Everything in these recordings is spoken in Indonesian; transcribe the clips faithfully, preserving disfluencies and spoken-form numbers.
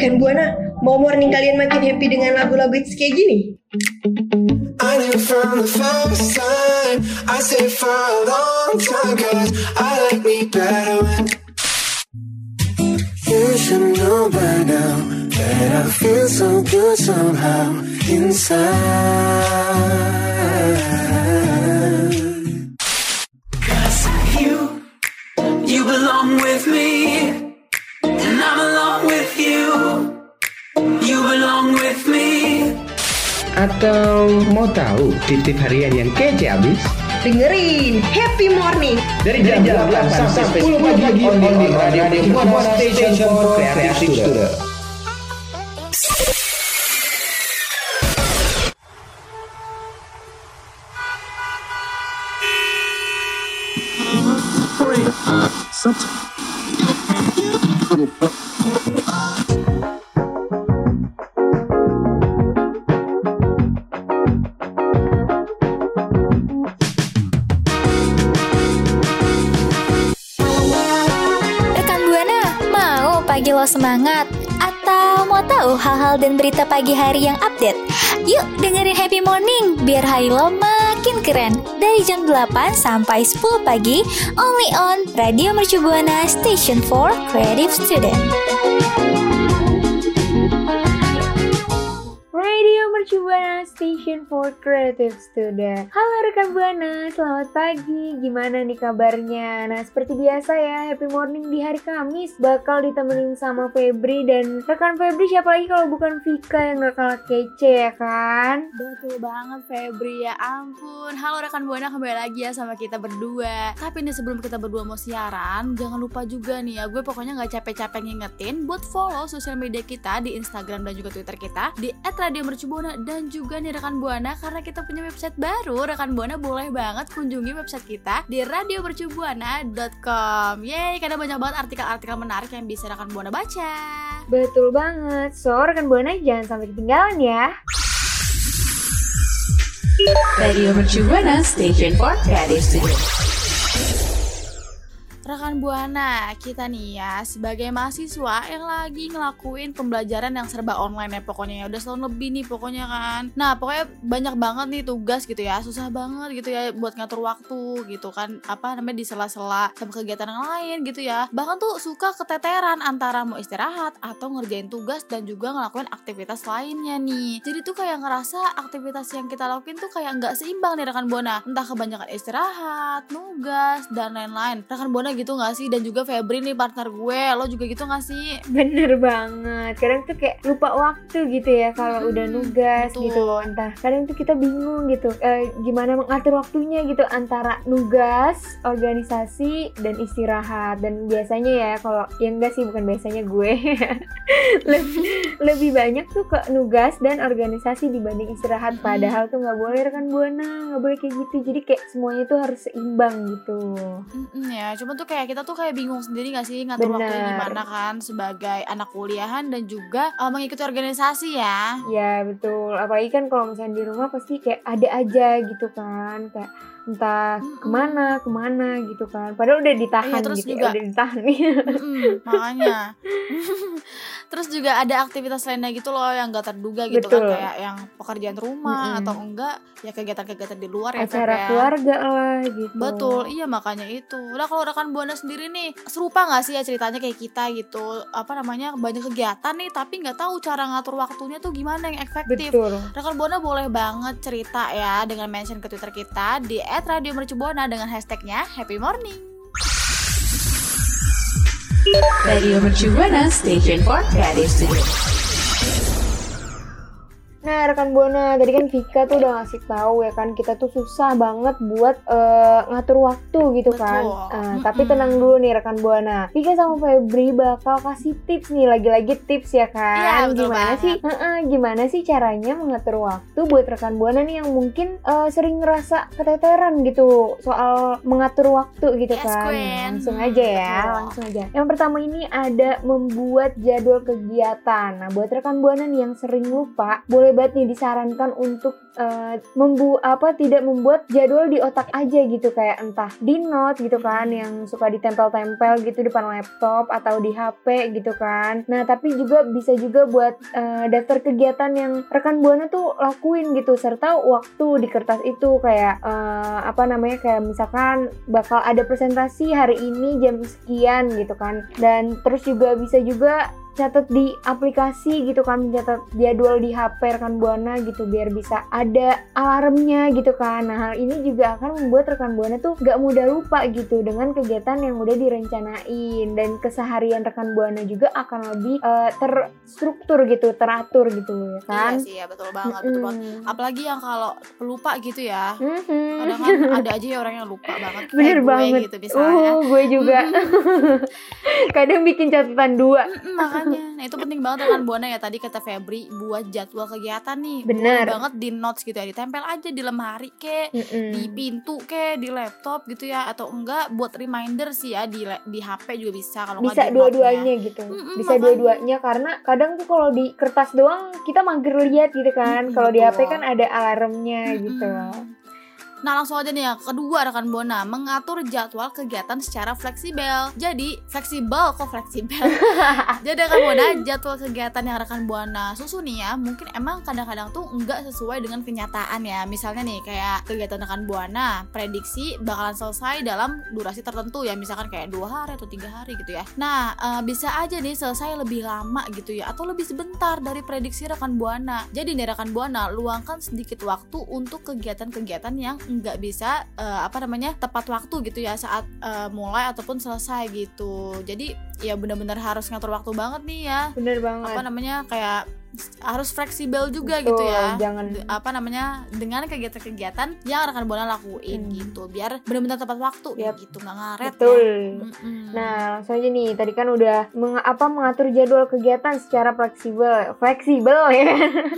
Rekan Buana, mau morning kalian makin happy dengan lagu-lagu hits kayak gini? I knew from the first time, I stayed for a long time, cause I like me better when you should know by now that I feel so good somehow inside. Cause you, you belong with me, and I'm along with you. You belong with me. Atau mau tahu tip-tip harian yang kece abis? Dengerin Happy Morning Dari jam delapan sampai sepuluh pagi on di Radio Mercubuana Station for Creative Student. Pagi lo semangat? Atau mau tahu hal-hal dan berita pagi hari yang update? Yuk dengerin Happy Morning biar hari lo makin keren. Dari jam delapan sampai sepuluh pagi, only on Radio Mercubuana Station for Creative Student. Radio Mercubuana Station for Creative Student. Halo rekan Buana, selamat pagi. Gimana nih kabarnya? Nah, seperti biasa ya, Happy Morning di hari Kamis bakal ditemenin sama Febri. Dan rekan Febri siapa lagi kalau bukan Vika yang gak kalah kece ya kan? Betul banget Febri, ya ampun. Halo rekan Buana, kembali lagi ya sama kita berdua. Tapi nih sebelum kita berdua mau siaran, jangan lupa juga nih ya, gue pokoknya gak capek-capek ngingetin buat follow sosial media kita di Instagram dan juga Twitter kita di et radio mercubuana. Dan juga nih rekan Buana, karena kita punya website baru, rekan Buana boleh banget kunjungi website kita di radio mercubuana dot com. Yeay, karena banyak banget artikel-artikel menarik yang bisa rekan Buana baca. Betul banget, so rekan Buana jangan sampai ketinggalan ya. Radio Mercubuana Station for Creative Student. Rekan Buana, kita nih ya sebagai mahasiswa yang lagi ngelakuin pembelajaran yang serba online ya pokoknya ya, udah setahun lebih nih pokoknya kan. Nah pokoknya banyak banget nih tugas gitu ya, susah banget gitu ya buat ngatur waktu gitu kan, apa namanya di sela-sela sama kegiatan yang lain gitu ya. Bahkan tuh suka keteteran antara mau istirahat atau ngerjain tugas dan juga ngelakuin aktivitas lainnya nih. Jadi tuh kayak ngerasa aktivitas yang kita lakuin tuh kayak nggak seimbang nih rekan Buana, entah kebanyakan istirahat, nugas dan lain-lain. Rekan Buana gitu gak sih? Dan juga Febri nih partner gue, lo juga gitu gak sih? Bener banget, kadang tuh kayak lupa waktu gitu ya kalau hmm, udah nugas betul. Gitu entah kadang tuh kita bingung gitu e, gimana mengatur waktunya gitu antara nugas, organisasi, dan istirahat. Dan biasanya ya kalau, ya enggak sih bukan biasanya gue lebih, lebih banyak tuh ke nugas dan organisasi dibanding istirahat. Padahal tuh gak boleh rekan Buana, gak boleh kayak gitu. Jadi kayak semuanya tuh harus seimbang gitu. Mm-mm, ya, cuma tuh kayak kita tuh kayak bingung sendiri gak sih ngatur Bener. waktunya gimana kan sebagai anak kuliahan dan juga uh, mengikuti organisasi ya. Ya betul, apalagi kan kalau misalnya di rumah pasti kayak ada aja gitu kan, kayak entah mm-mm. kemana kemana gitu kan, padahal udah ditahan iya, terus gitu juga, ya, udah ditahan nih makanya terus juga ada aktivitas lainnya gitu loh yang gak terduga gitu betul. Kan kayak yang pekerjaan rumah mm-hmm. atau enggak ya kegiatan-kegiatan di luar ya acara ya. keluarga lah gitu. Betul, iya makanya itu. Nah kalau rekan Buana sendiri nih serupa gak sih ya ceritanya kayak kita gitu, apa namanya banyak kegiatan nih tapi gak tahu cara ngatur waktunya tuh gimana yang efektif. Betul. Rekan Buana boleh banget cerita ya dengan mention ke Twitter kita di et radio mercubuana dengan hashtagnya Happy Morning. Radio Mercubuana Station for Creative Student. Nah rekan Buana, tadi kan Vika tuh udah ngasih tahu ya kan, kita tuh susah banget buat uh, ngatur waktu gitu. Betul. Kan. Uh, mm-hmm. Tapi tenang dulu nih rekan Buana, Vika sama Febri bakal kasih tips nih, lagi-lagi tips ya kan. Iya, gimana banget. sih? Uh-uh, gimana sih caranya mengatur waktu buat rekan Buana nih yang mungkin uh, sering ngerasa keteteran gitu soal mengatur waktu gitu yes, kan. Queen. Langsung aja ya, Betul. langsung aja. Yang pertama ini ada membuat jadwal kegiatan. Nah buat rekan Buana nih yang sering lupa, boleh boleh banget nih disarankan untuk uh, membu apa tidak membuat jadwal di otak aja gitu, kayak entah di note gitu kan yang suka ditempel-tempel gitu depan laptop atau di H P gitu kan. Nah tapi juga bisa juga buat uh, daftar kegiatan yang rekan Buana tuh lakuin gitu, serta waktu di kertas itu kayak uh, apa namanya kayak misalkan bakal ada presentasi hari ini jam sekian gitu kan, dan terus juga bisa juga catat di aplikasi gitu kan, mencatat jadwal di H P rekan Buana gitu biar bisa ada alarmnya gitu kan. Nah hal ini juga akan membuat rekan Buana tuh gak mudah lupa gitu dengan kegiatan yang udah direncanain, dan keseharian rekan Buana juga akan lebih uh, terstruktur gitu, teratur gitu ya kan. Iya sih ya, betul banget, betul banget. Apalagi yang kalau lupa gitu ya, Mm-hmm. kadang kan ada aja ya orang yang lupa banget. Bener Kayak gue banget gitu misalnya. Uh, gue juga kadang bikin catatan dua. Mm-mm, makanya, nah itu penting banget rekan Buana ya, tadi kata Febri buat jadwal kegiatan nih. Bener. Boleh banget di notes gitu ya, ditempel aja di lemari kek, Mm-mm. di pintu kek, di laptop gitu ya, atau enggak buat reminder sih ya di le- di H P juga bisa, kalau Bisa nggak di dua-duanya note-nya. gitu. Mm-mm, Bisa makanya. dua-duanya karena kadang tuh kalau di kertas doang kita mager lihat gitu kan. Mm-mm, Kalau di H P betul. kan ada alarmnya Mm-mm. gitu. Nah langsung aja nih yang kedua rekan Buana, mengatur jadwal kegiatan secara fleksibel. Jadi fleksibel kok fleksibel. Jadi rekan Buana, jadwal kegiatan yang rekan Buana susun nih ya, mungkin emang kadang-kadang tuh enggak sesuai dengan kenyataan ya. Misalnya nih kayak kegiatan rekan Buana prediksi bakalan selesai dalam durasi tertentu ya, misalkan kayak dua hari atau tiga hari gitu ya. Nah uh, bisa aja nih selesai lebih lama gitu ya, atau lebih sebentar dari prediksi rekan Buana. Jadi nih rekan Buana, luangkan sedikit waktu untuk kegiatan-kegiatan yang nggak bisa uh, apa namanya tepat waktu gitu ya saat uh, mulai ataupun selesai gitu. Jadi ya benar-benar harus ngatur waktu banget nih ya. Bener banget. Apa namanya kayak harus fleksibel juga Betul, gitu ya. jangan- D- apa namanya dengan kegiatan-kegiatan yang rekan Buana lakuin Hmm. gitu, biar benar-benar tepat waktu Yap. gitu, nggak ngaret Betul. ya. Mm-mm. Nah, langsung aja nih. Tadi kan udah meng- apa mengatur jadwal kegiatan secara fleksibel, fleksibel ya.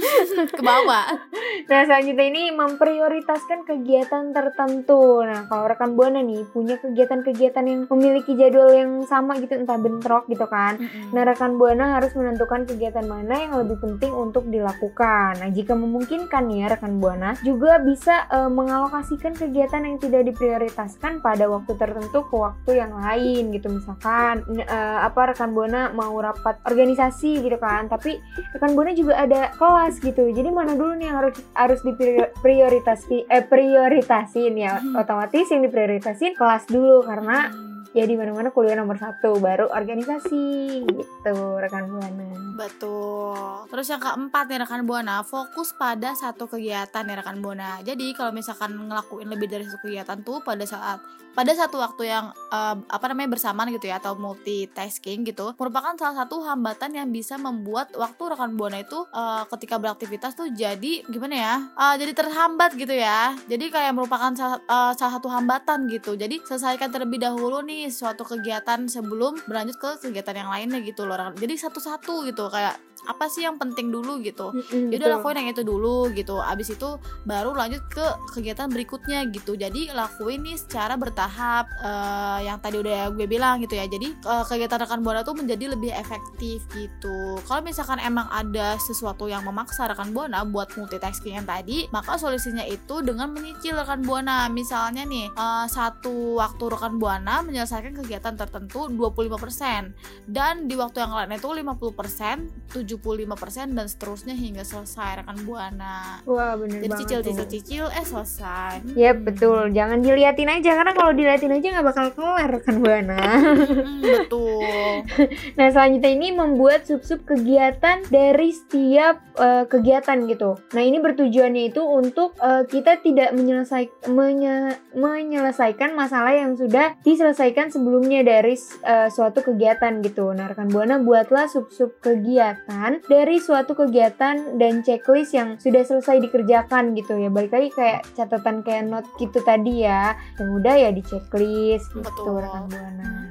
Ke bawah. Nah, selanjutnya ini memprioritaskan kegiatan tertentu. Nah, kalau rekan Buana nih punya kegiatan-kegiatan yang memiliki jadwal yang sama gitu, entah bentrok gitu kan. Mm-mm. Nah, rekan Buana harus menentukan kegiatan mana yang lebih penting untuk dilakukan. Nah, jika memungkinkan ya rekan Buana juga bisa e, mengalokasikan kegiatan yang tidak diprioritaskan pada waktu tertentu ke waktu yang lain gitu. Misalkan e, apa rekan Buana mau rapat organisasi gitu kan, tapi rekan Buana juga ada kelas gitu. Jadi mana dulu nih yang harus harus diprioritasi eh prioritasin ya. Otomatis yang diprioritasin kelas dulu karena ya di mana-mana kuliah nomor satu, baru organisasi gitu rekan Buana. Betul. Terus yang keempat nih rekan Buana, fokus pada satu kegiatan nih rekan Buana. Jadi kalau misalkan ngelakuin lebih dari satu kegiatan tuh pada saat pada satu waktu yang uh, apa namanya bersamaan gitu ya, atau multitasking gitu, merupakan salah satu hambatan yang bisa membuat waktu rekan Buana itu uh, ketika beraktivitas tuh jadi gimana ya? Uh, jadi terhambat gitu ya. Jadi kayak merupakan salah, uh, salah satu hambatan gitu. Jadi selesaikan terlebih dahulu nih suatu kegiatan sebelum berlanjut ke kegiatan yang lainnya gitu loh. Jadi satu-satu gitu, kayak apa sih yang penting dulu gitu. Mm-mm, Jadi udah betul. lakuin yang itu dulu gitu. Abis itu baru lanjut ke kegiatan berikutnya gitu. Jadi lakuin nih secara bertahap, uh, yang tadi udah gue bilang gitu ya. Jadi uh, kegiatan rekan Buana tuh menjadi lebih efektif gitu. Kalau misalkan emang ada sesuatu yang memaksa rekan Buana buat multitasking yang tadi, maka solusinya itu dengan menyicil rekan Buana. Misalnya nih uh, satu waktu rekan Buana menyelesaikan kegiatan tertentu dua puluh lima persen, dan di waktu yang lain itu lima puluh persen, tujuh puluh lima persen, dan seterusnya hingga selesai rekan Buana. Wah, bener Jadi banget cicil tuh. cicil cicil eh selesai. Yep, betul. Jangan diliatin aja, karena kalau diliatin aja nggak bakal kelar rekan Buana. Mm, betul. Nah, selanjutnya ini membuat sub-sub kegiatan dari setiap uh, kegiatan gitu. Nah, ini bertujuannya itu untuk uh, kita tidak menyelesaikan menye- menyelesaikan masalah yang sudah diselesaikan sebelumnya dari uh, suatu kegiatan gitu. Nah, rekan Buana buatlah sub-sub kegiatan dari suatu kegiatan dan checklist yang sudah selesai dikerjakan gitu ya. Balik lagi kayak catatan kayak note gitu tadi ya. Yang udah ya di checklist gitu Betul. rekan Buana. Mm,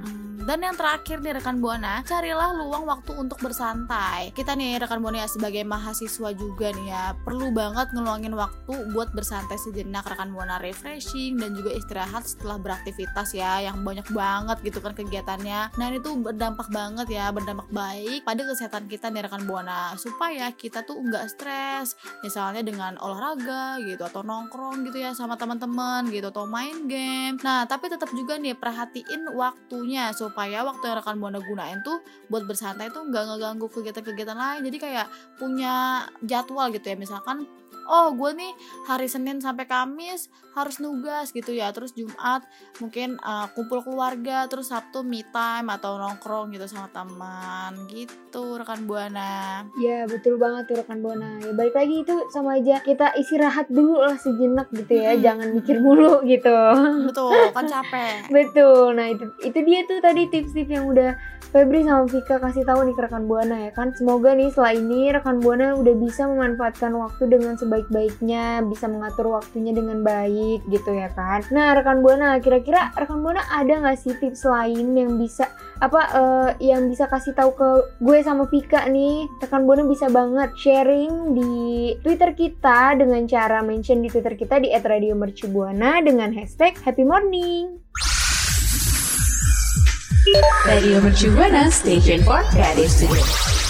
Dan yang terakhir nih rekan Buana, carilah luang waktu untuk bersantai. Kita nih rekan Buana ya sebagai mahasiswa juga nih ya, perlu banget ngeluangin waktu buat bersantai sejenak rekan Buana, refreshing dan juga istirahat setelah beraktivitas ya, yang banyak banget gitu kan kegiatannya. Nah ini tuh berdampak banget ya, berdampak baik pada kesehatan kita nih rekan Buana, supaya kita tuh nggak stres, misalnya dengan olahraga gitu atau nongkrong gitu ya sama teman-teman gitu atau main game. Nah tapi tetap juga nih perhatiin waktunya, supaya waktu yang rekan Buana gunain tuh buat bersantai tuh nggak ngeganggu kegiatan-kegiatan lain. Jadi kayak punya jadwal gitu ya, misalkan oh gue nih hari Senin sampai Kamis harus nugas gitu ya, terus Jumat mungkin uh, kumpul keluarga, terus Sabtu me time atau nongkrong gitu sama teman gitu rekan Buana. Ya betul banget tuh rekan Buana. Ya balik lagi itu sama aja kita istirahat dulu lah sejenak gitu ya, hmm. jangan mikir mulu gitu. Betul, kan capek. Betul. Nah itu itu dia tuh tadi tips-tips yang udah Febri sama Vika kasih tahu nih ke rekan Buana ya kan. Semoga nih setelah ini rekan Buana udah bisa memanfaatkan waktu dengan sebaik-baiknya, bisa mengatur waktunya dengan baik gitu ya kan. Nah rekan Buana, kira-kira rekan Buana ada nggak sih tips lain yang bisa apa uh, yang bisa kasih tahu ke gue sama Vika nih? Rekan Buana bisa banget sharing di Twitter kita dengan cara mention di Twitter kita di et radio mercubuana dengan hashtag Happy Morning. Radio Mercu Buana, Station for Creative Studio.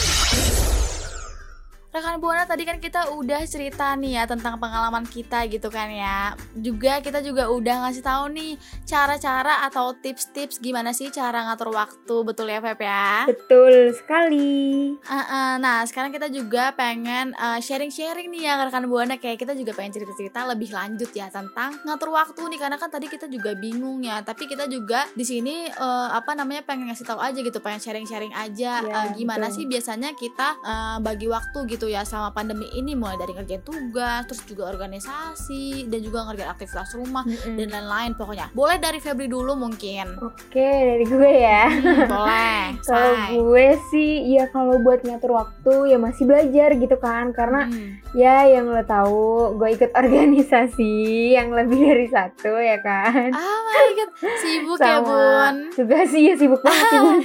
Rekan Buana, tadi kan kita udah cerita nih ya tentang pengalaman kita gitu kan ya. Juga kita juga udah ngasih tahu nih cara-cara atau tips-tips gimana sih cara ngatur waktu, betul ya Feb ya? Betul sekali. Uh-uh. Nah sekarang kita juga pengen uh, sharing-sharing nih ya rekan Buana, kayak kita juga pengen cerita-cerita lebih lanjut ya tentang ngatur waktu nih, karena kan tadi kita juga bingung ya. Tapi kita juga di sini uh, apa namanya pengen ngasih tahu aja gitu, pengen sharing-sharing aja ya, uh, gimana betul. Sih biasanya kita uh, bagi waktu gitu ya sama pandemi ini, mulai dari ngerjain tugas, terus juga organisasi dan juga ngerjain aktivitas rumah mm-hmm. dan lain-lain. Pokoknya boleh dari Febri dulu mungkin. Oke, dari gue ya. Hmm, boleh. Kalau gue sih ya kalau buat ngatur waktu ya masih belajar gitu kan, karena hmm. ya yang lo tahu gue ikut organisasi yang lebih dari satu ya kan. Ah my god, sibuk sama, ya Bun. Tugas sih ya sibuk banget sih Bun.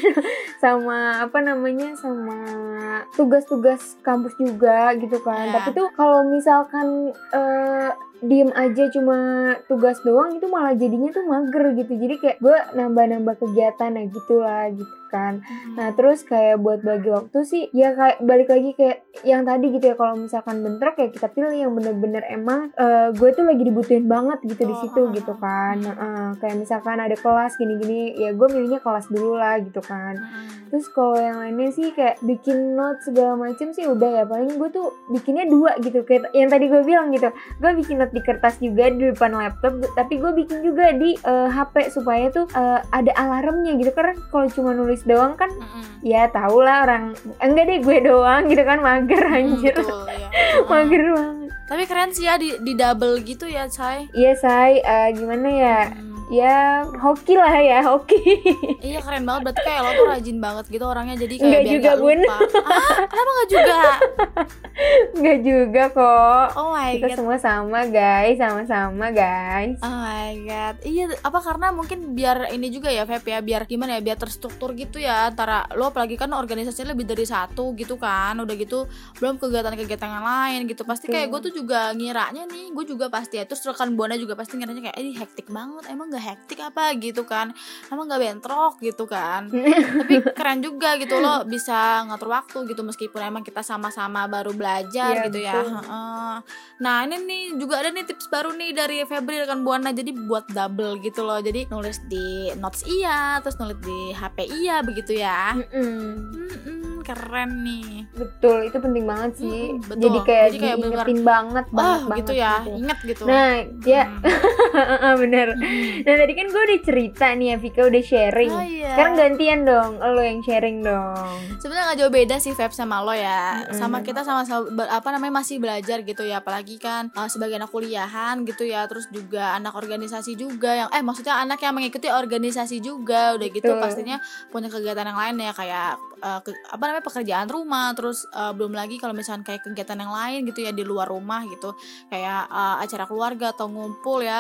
Sama apa namanya, sama tugas-tugas kampus juga gitu kan. Yeah. Tapi tuh kalau misalkan uh, diem aja cuma tugas doang itu malah jadinya tuh mager gitu. Jadi kayak gue nambah-nambah kegiatan ya gitulah gitu kan. Hmm. Nah terus kayak buat bagi waktu sih ya kayak balik lagi kayak yang tadi gitu ya, kalau misalkan bentrok ya kita pilih yang bener-bener emang uh, gue tuh lagi dibutuhin banget gitu oh, di situ uh, gitu kan. Hmm. Uh, kayak misalkan ada kelas gini-gini ya gue milihnya kelas dulu lah gitu kan. Hmm. Terus kalau yang lainnya sih kayak bikin note segala macem sih udah ya, paling gue tuh bikinnya dua gitu kayak yang tadi gue bilang gitu. Gue bikin note di kertas juga di depan laptop, tapi gue bikin juga di uh, H P supaya tuh uh, ada alarmnya gitu. Karena kalau cuma nulis doang kan mm-hmm. ya tau lah orang enggak deh gue doang gitu kan, mager anjir. Mm, betul, ya. Mager banget. Tapi keren sih ya di, di double gitu ya Say. Iya Say, uh, gimana ya hmm. ya hoki lah ya, hoki. Iya keren banget, berarti kayak lo tuh rajin banget gitu orangnya, jadi kayak nggak biar juga, gak Bun. lupa. Ah, kenapa gak juga? Nggak juga kok. Oh my kita god. Kita semua sama guys, sama-sama guys. Oh my god. Iya, apa karena mungkin biar ini juga ya Feb ya, biar gimana ya, biar terstruktur gitu ya antara lo, apalagi kan organisasinya lebih dari satu gitu kan. Udah gitu belum kegiatan-kegiatan yang lain gitu. Pasti kayak gue tuh juga ngiranya nih, gue juga pasti ya. Terus rekan Buana juga pasti ngiranya kayak, eh hektik banget, emang gak hektik apa gitu kan, emang gak bentrok gitu kan. Tapi keren juga gitu lo bisa ngatur waktu gitu, meskipun emang kita sama-sama baru belajar ya, gitu ya. Uh, nah ini nih juga ada nih tips baru nih dari Febri rekan Buana, jadi buat double gitu loh, jadi nulis di notes iya, terus nulis di H P iya begitu ya. Mm-mm. Keren nih. Betul, itu penting banget sih. Mm, jadi kayak, jadi kayak diingetin banget oh, banget gitu banget ya, gitu. Ingat gitu. Nah ya hmm. bener. Hmm. Nah tadi kan gue udah cerita nih ya, Vika udah sharing. Oh, iya. Sekarang gantian dong, lo yang sharing dong. Sebenarnya nggak jauh beda sih Feb sama lo ya. Mm-hmm. Sama kita sama-sama apa namanya masih belajar gitu ya, apalagi kan uh, sebagai anak kuliahan gitu ya, terus juga anak organisasi juga yang eh maksudnya anak yang mengikuti organisasi juga, udah gitu. Betul. Pastinya punya kegiatan yang lain ya, kayak uh, ke, apa namanya pekerjaan rumah, terus uh, belum lagi kalau misalkan kayak kegiatan yang lain gitu ya di luar rumah gitu, kayak uh, acara keluarga atau ngumpul ya.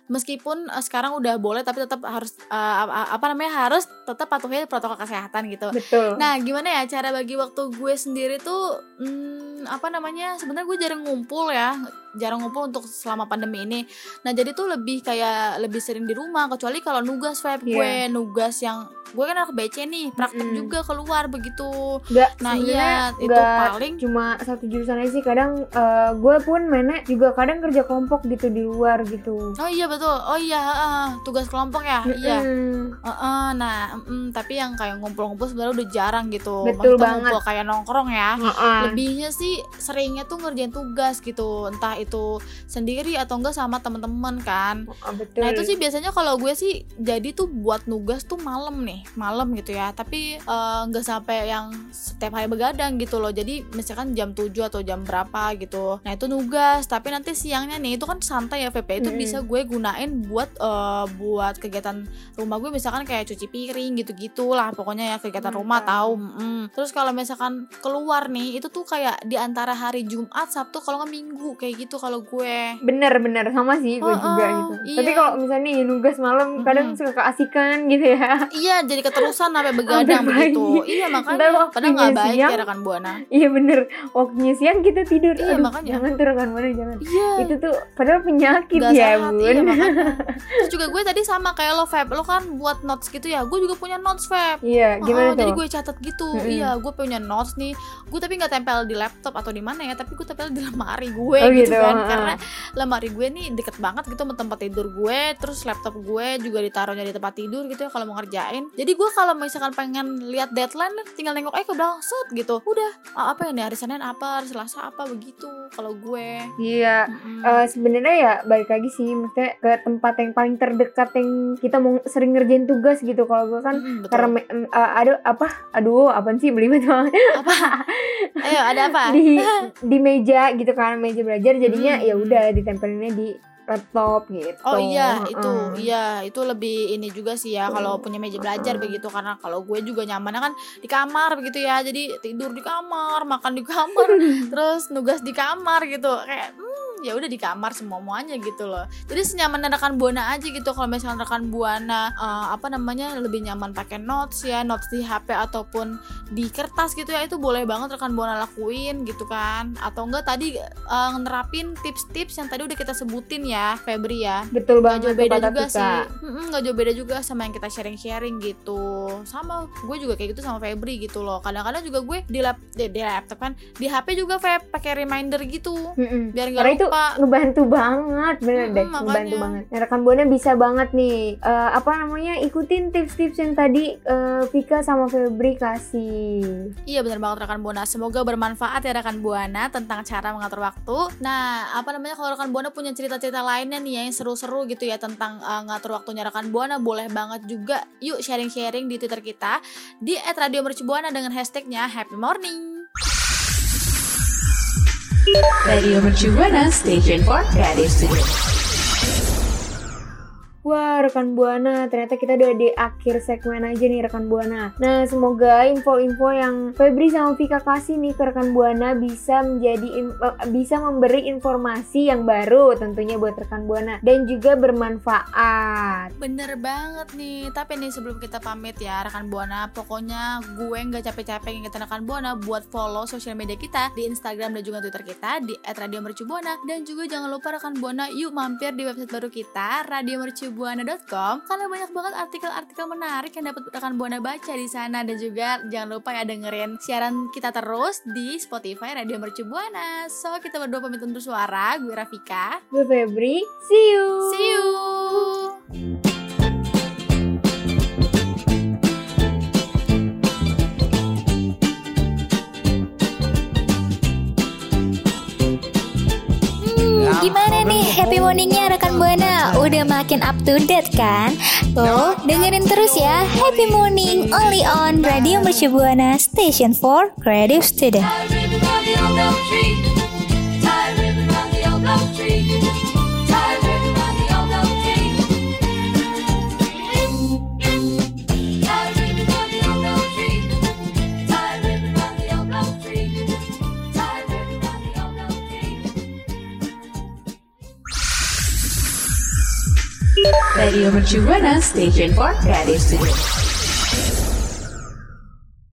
meskipun uh, sekarang udah boleh tapi tetap harus uh, apa namanya harus tetap patuhi protokol kesehatan gitu. Betul. Nah gimana ya cara bagi waktu gue sendiri tuh hmm, apa namanya sebenarnya gue jarang ngumpul ya jarang ngumpul untuk selama pandemi ini. Nah jadi tuh lebih kayak lebih sering di rumah, kecuali kalau nugas vape yeah. gue nugas yang gue kan anak B C nih praktek mm-hmm. juga keluar begitu. Gak, nah iya itu paling cuma satu jurusan aja sih. Kadang uh, gue pun mainnya juga kadang kerja kelompok gitu di luar gitu. Oh iya betul. Oh iya uh, tugas kelompok ya. Mm-hmm. Iya. Uh, uh, nah um, tapi yang kayak ngumpul-ngumpul sebenarnya udah jarang gitu. Betul Maksudnya banget. Ngumpul kayak nongkrong ya. Uh-uh. Lebihnya sih seringnya tuh ngerjain tugas gitu. Entah itu sendiri atau enggak sama teman-teman kan. Uh, betul. Nah itu sih biasanya kalau gue sih jadi tuh buat nugas tuh malam nih. Malam gitu ya. Tapi enggak uh, sampai yang setiap hari begadang gitu loh. Jadi misalkan jam tujuh atau jam berapa gitu. Nah itu nugas. Tapi nanti siangnya nih itu kan santai ya V P. Itu hmm. bisa gue gunain buat uh, buat kegiatan rumah gue. Misalkan kayak cuci piring gitu-gitu lah. Pokoknya ya kegiatan hmm. rumah tahu. Mm. Terus kalau misalkan keluar nih itu tuh kayak di antara hari Jumat, Sabtu kalau nggak Minggu kayak gitu kalau gue. Bener-bener sama sih gue uh, juga uh, gitu. Iya. Tapi kalau misalnya nih nugas malam hmm. kadang suka keasikan gitu ya. Iya jadi keterusan sampai begadang begitu. Iya makanya padahal nggak baik siang, ya rekan Buana. Iya bener. Waktunya siang kita tidur. Iya Aduh, makanya. Jangan tuh rekan Buana jangan. Iya. Itu tuh padahal penyakit gak ya sehat, bun. Iya makanya. Terus juga gue tadi sama kayak lo Feb. Lo kan buat notes gitu ya. Gue juga punya notes Feb. Iya gimana oh, tuh? Jadi gue catat gitu. Mm-hmm. Iya gue punya notes nih. Gue tapi nggak tempel di laptop atau di mana ya. Tapi gue tempel di lemari gue oh, gitu, gitu kan. uh. Karena lemari gue nih deket banget gitu sama tempat tidur gue. Terus laptop gue juga ditaruhnya di tempat tidur gitu ya kalau mau ngerjain. Jadi gue kalau misalkan pengen lihat deadline tinggal nengok eh ke belakang set gitu. Udah apa ya nih hari Senin apa, hari Selasa apa begitu kalau gue. Iya. Mm-hmm. Uh, sebenarnya ya balik lagi sih maksudnya ke tempat yang paling terdekat yang kita mau sering ngerjain tugas gitu. Kalau gue kan mm, karena uh, ada apa? Aduh, apaan sih belibet banget. Apa? Ayo, ada apa? di di meja gitu kan, meja belajar jadinya mm. ya udah ditempelinnya di laptop gitu. Oh iya, itu uh. iya, itu lebih ini juga sih ya kalau punya meja belajar uh. begitu, karena kalau gue juga nyamannya kan di kamar begitu ya. Jadi tidur di kamar, makan di kamar, terus nugas di kamar gitu. Kayak hmm, ya udah di kamar semua-muanya gitu loh. Jadi senyaman rekan Buana aja gitu. Kalau misalkan rekan Buana uh, apa namanya lebih nyaman pakai notes ya, notes di H P ataupun di kertas gitu ya, itu boleh banget rekan Buana lakuin gitu kan. Atau enggak tadi uh, nerapin tips-tips yang tadi udah kita sebutin ya Febri ya. Betul banget. Gak jauh beda juga kita. sih. Mm-mm, gak jauh beda juga sama yang kita sharing-sharing gitu. Sama gue juga kayak gitu sama Febri gitu loh. Kadang-kadang juga gue di lap di, di laptop kan, di H P juga Feb pakai reminder gitu. Mm-mm. Biar gak karena lupa. Itu ngebantu banget, bener Mm-mm, deh, makanya. ngebantu banget. Nah, rekan Buana bisa banget nih uh, apa namanya ikutin tips-tips yang tadi uh, Vika sama Febri kasih. Iya benar banget rekan Buana. Semoga bermanfaat ya rekan Buana tentang cara mengatur waktu. Nah, apa namanya kalau rekan Buana punya cerita-cerita lainnya nih ya yang seru-seru gitu ya tentang uh, ngatur waktunya rekan Buana, boleh banget juga yuk sharing-sharing di Twitter kita di et radio mercubuana dengan hashtagnya Happy Morning. Radio Mercubuana, Station for Creative Studio. Wah rekan Buana, ternyata kita udah di akhir segmen aja nih rekan Buana. Nah semoga info-info yang Febri sama Vika kasih nih ke rekan Buana bisa menjadi in- bisa memberi informasi yang baru tentunya buat rekan Buana dan juga bermanfaat. Bener banget nih. Tapi nih sebelum kita pamit ya rekan Buana, pokoknya gue nggak capek-capek ngingetin rekan Buana buat follow sosial media kita di Instagram dan juga Twitter kita di et radio mercubuana, dan juga jangan lupa rekan Buana yuk mampir di website baru kita radio mercubuana buana dot com karena banyak banget artikel-artikel menarik yang dapat rekan Buana baca di sana. Dan juga jangan lupa ya dengerin siaran kita terus di Spotify Radio Mercubuana. So kita berdua pamit undur suara. Gue Rafika, gue Febri. See you. See you. Gimana nih happy morningnya rekan Buana? Udah makin up to date kan? Tuh dengerin terus ya Happy Morning only on Radio Mercubuana, Station for Creative Student. Radio Mercu Buana Station for Creative Studio.